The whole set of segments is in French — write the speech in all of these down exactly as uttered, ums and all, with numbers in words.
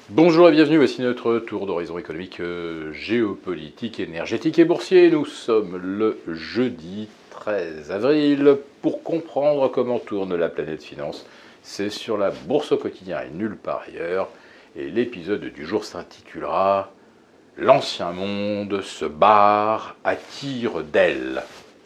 Bonjour et bienvenue, voici notre tour d'horizon économique, euh, géopolitique, énergétique et boursier. Nous sommes le jeudi treize avril. Pour comprendre comment tourne la planète finance, c'est sur la bourse au quotidien et nulle part ailleurs. Et l'épisode du jour s'intitulera « L'ancien monde se barre à tire d'aile ».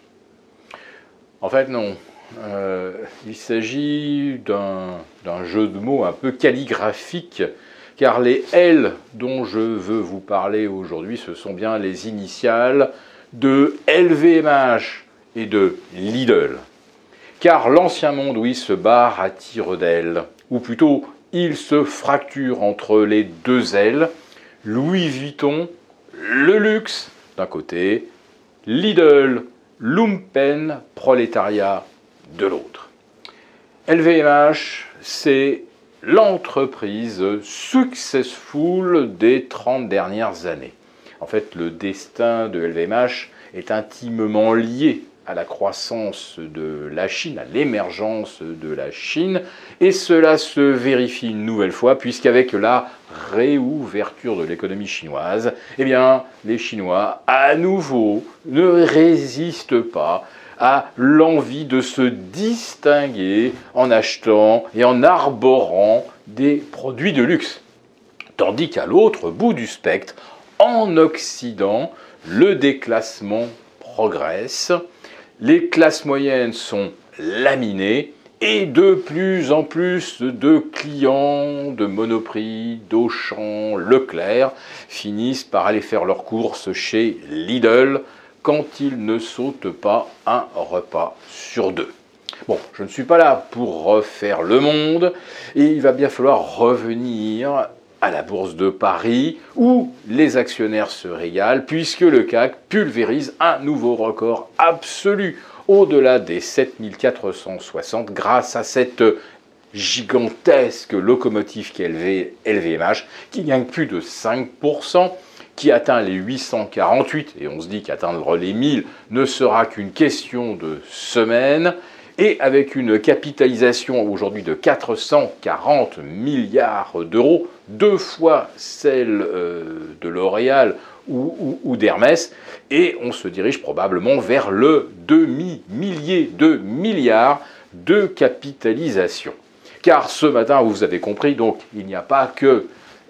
En fait non, euh, il s'agit d'un d'un jeu de mots un peu calligraphique, car les L dont je veux vous parler aujourd'hui, ce sont bien les initiales de L V M H et de Lidl. Car l'ancien monde, oui, se barre à tire d'aile, ou plutôt, il se fracture entre les deux L, Louis Vuitton, le luxe d'un côté, Lidl, lumpen, prolétariat de l'autre. L V M H, c'est l'entreprise successful des trente dernières années. En fait, le destin de L V M H est intimement lié à la croissance de la Chine, à l'émergence de la Chine, et cela se vérifie une nouvelle fois, puisqu'avec la réouverture de l'économie chinoise, eh bien, les Chinois, à nouveau, ne résistent pas à l'envie de se distinguer en achetant et en arborant des produits de luxe. Tandis qu'à l'autre bout du spectre, en Occident, le déclassement progresse, les classes moyennes sont laminées et de plus en plus de clients de Monoprix, d'Auchan, Leclerc finissent par aller faire leurs courses chez Lidl quand ils ne sautent pas un repas sur deux. Bon, je ne suis pas là pour refaire le monde, et il va bien falloir revenir à la bourse de Paris, où les actionnaires se régalent, puisque le C A C pulvérise un nouveau record absolu, au-delà des sept mille quatre cent soixante, grâce à cette gigantesque locomotive qu'est L V M H, qui gagne plus de cinq pour cent, qui atteint les huit cent quarante-huit, et on se dit qu'atteindre les mille ne sera qu'une question de semaines, et avec une capitalisation aujourd'hui de quatre cent quarante milliards d'euros, deux fois celle euh, de L'Oréal ou, ou, ou d'Hermès, et on se dirige probablement vers le demi-millier de milliards de capitalisation. Car ce matin, vous avez compris, donc il n'y a pas que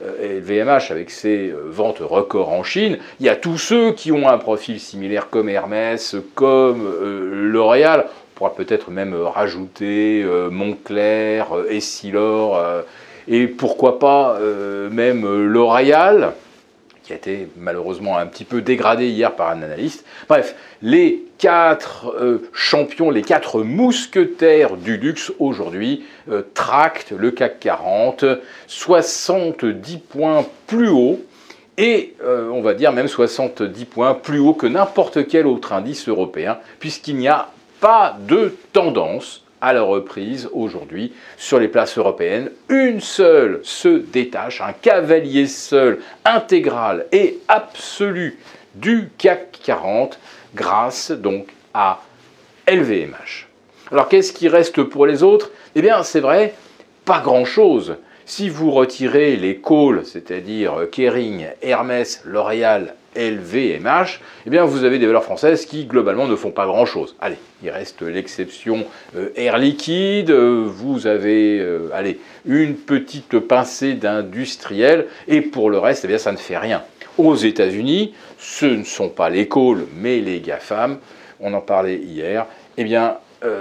L V M H avec ses ventes records en Chine, il y a tous ceux qui ont un profil similaire comme Hermès, comme euh, L'Oréal. On pourra peut-être même rajouter euh, Moncler, euh, Essilor, euh, et pourquoi pas euh, même euh, L'Oréal, qui a été malheureusement un petit peu dégradé hier par un analyste. Bref, les quatre euh, champions, les quatre mousquetaires du luxe aujourd'hui euh, tractent le C A C quarante, soixante-dix points plus haut, et euh, on va dire même soixante-dix points plus haut que n'importe quel autre indice européen, puisqu'il n'y a pas de tendance à la reprise aujourd'hui sur les places européennes. Une seule se détache, un cavalier seul, intégral et absolu du C A C quarante, grâce donc à L V M H. Alors qu'est-ce qui reste pour les autres? Eh bien c'est vrai, pas grand-chose. Si vous retirez les calls, c'est-à-dire Kering, Hermès, L'Oréal, L V M H, eh bien vous avez des valeurs françaises qui globalement ne font pas grand-chose. Allez, il reste l'exception euh, Air Liquide, euh, vous avez euh, allez, une petite pincée d'industriels, et pour le reste, eh bien ça ne fait rien. Aux États-Unis, ce ne sont pas les calls, mais les GAFAM, on en parlait hier, eh bien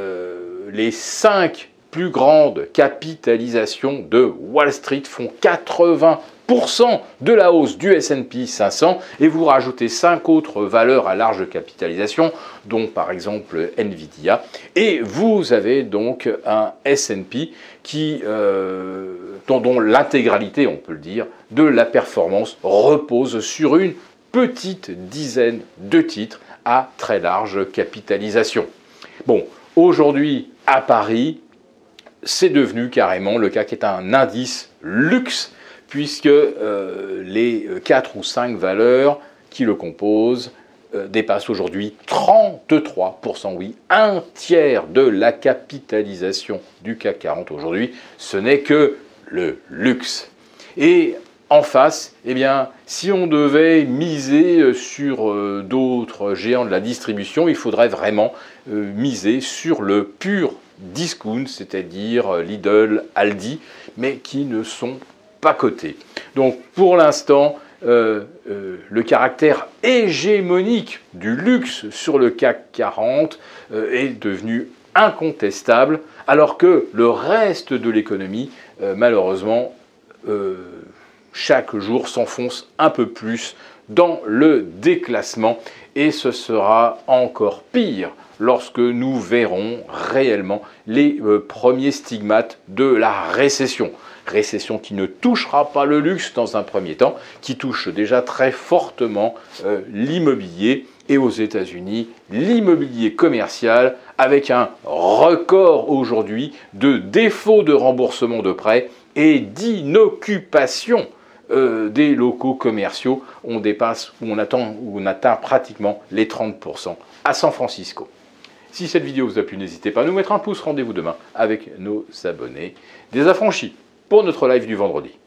euh, les cinq plus grandes capitalisations de Wall Street font quatre-vingts pour cent de la hausse du S and P cinq cents, et vous rajoutez cinq autres valeurs à large capitalisation, dont par exemple Nvidia, et vous avez donc un S and P qui, euh, dont, dont l'intégralité, on peut le dire, de la performance repose sur une petite dizaine de titres à très large capitalisation. Bon, aujourd'hui à Paris, c'est devenu carrément, le C A C est un indice luxe, puisque euh, les quatre ou cinq valeurs qui le composent euh, dépassent aujourd'hui trente-trois pour cent, oui, un tiers de la capitalisation du C A C quarante aujourd'hui, ce n'est que le luxe. Et en face, eh bien, si on devait miser sur euh, d'autres géants de la distribution, il faudrait vraiment euh, miser sur le pur discount, c'est-à-dire Lidl, Aldi, mais qui ne sont pas cotés. Donc pour l'instant, euh, euh, le caractère hégémonique du luxe sur le C A C quarante euh, est devenu incontestable, alors que le reste de l'économie, euh, malheureusement, euh, chaque jour s'enfonce un peu plus dans le déclassement, et ce sera encore pire lorsque nous verrons réellement les euh, premiers stigmates de la récession. Récession qui ne touchera pas le luxe dans un premier temps, qui touche déjà très fortement euh, l'immobilier, et aux États-Unis, l'immobilier commercial, avec un record aujourd'hui de défaut de remboursement de prêts et d'inoccupation euh, des locaux commerciaux. On dépasse, ou on, attend, ou on atteint pratiquement les trente pour cent à San Francisco. Si cette vidéo vous a plu, n'hésitez pas à nous mettre un pouce. Rendez-vous demain avec nos abonnés désaffranchis pour notre live du vendredi.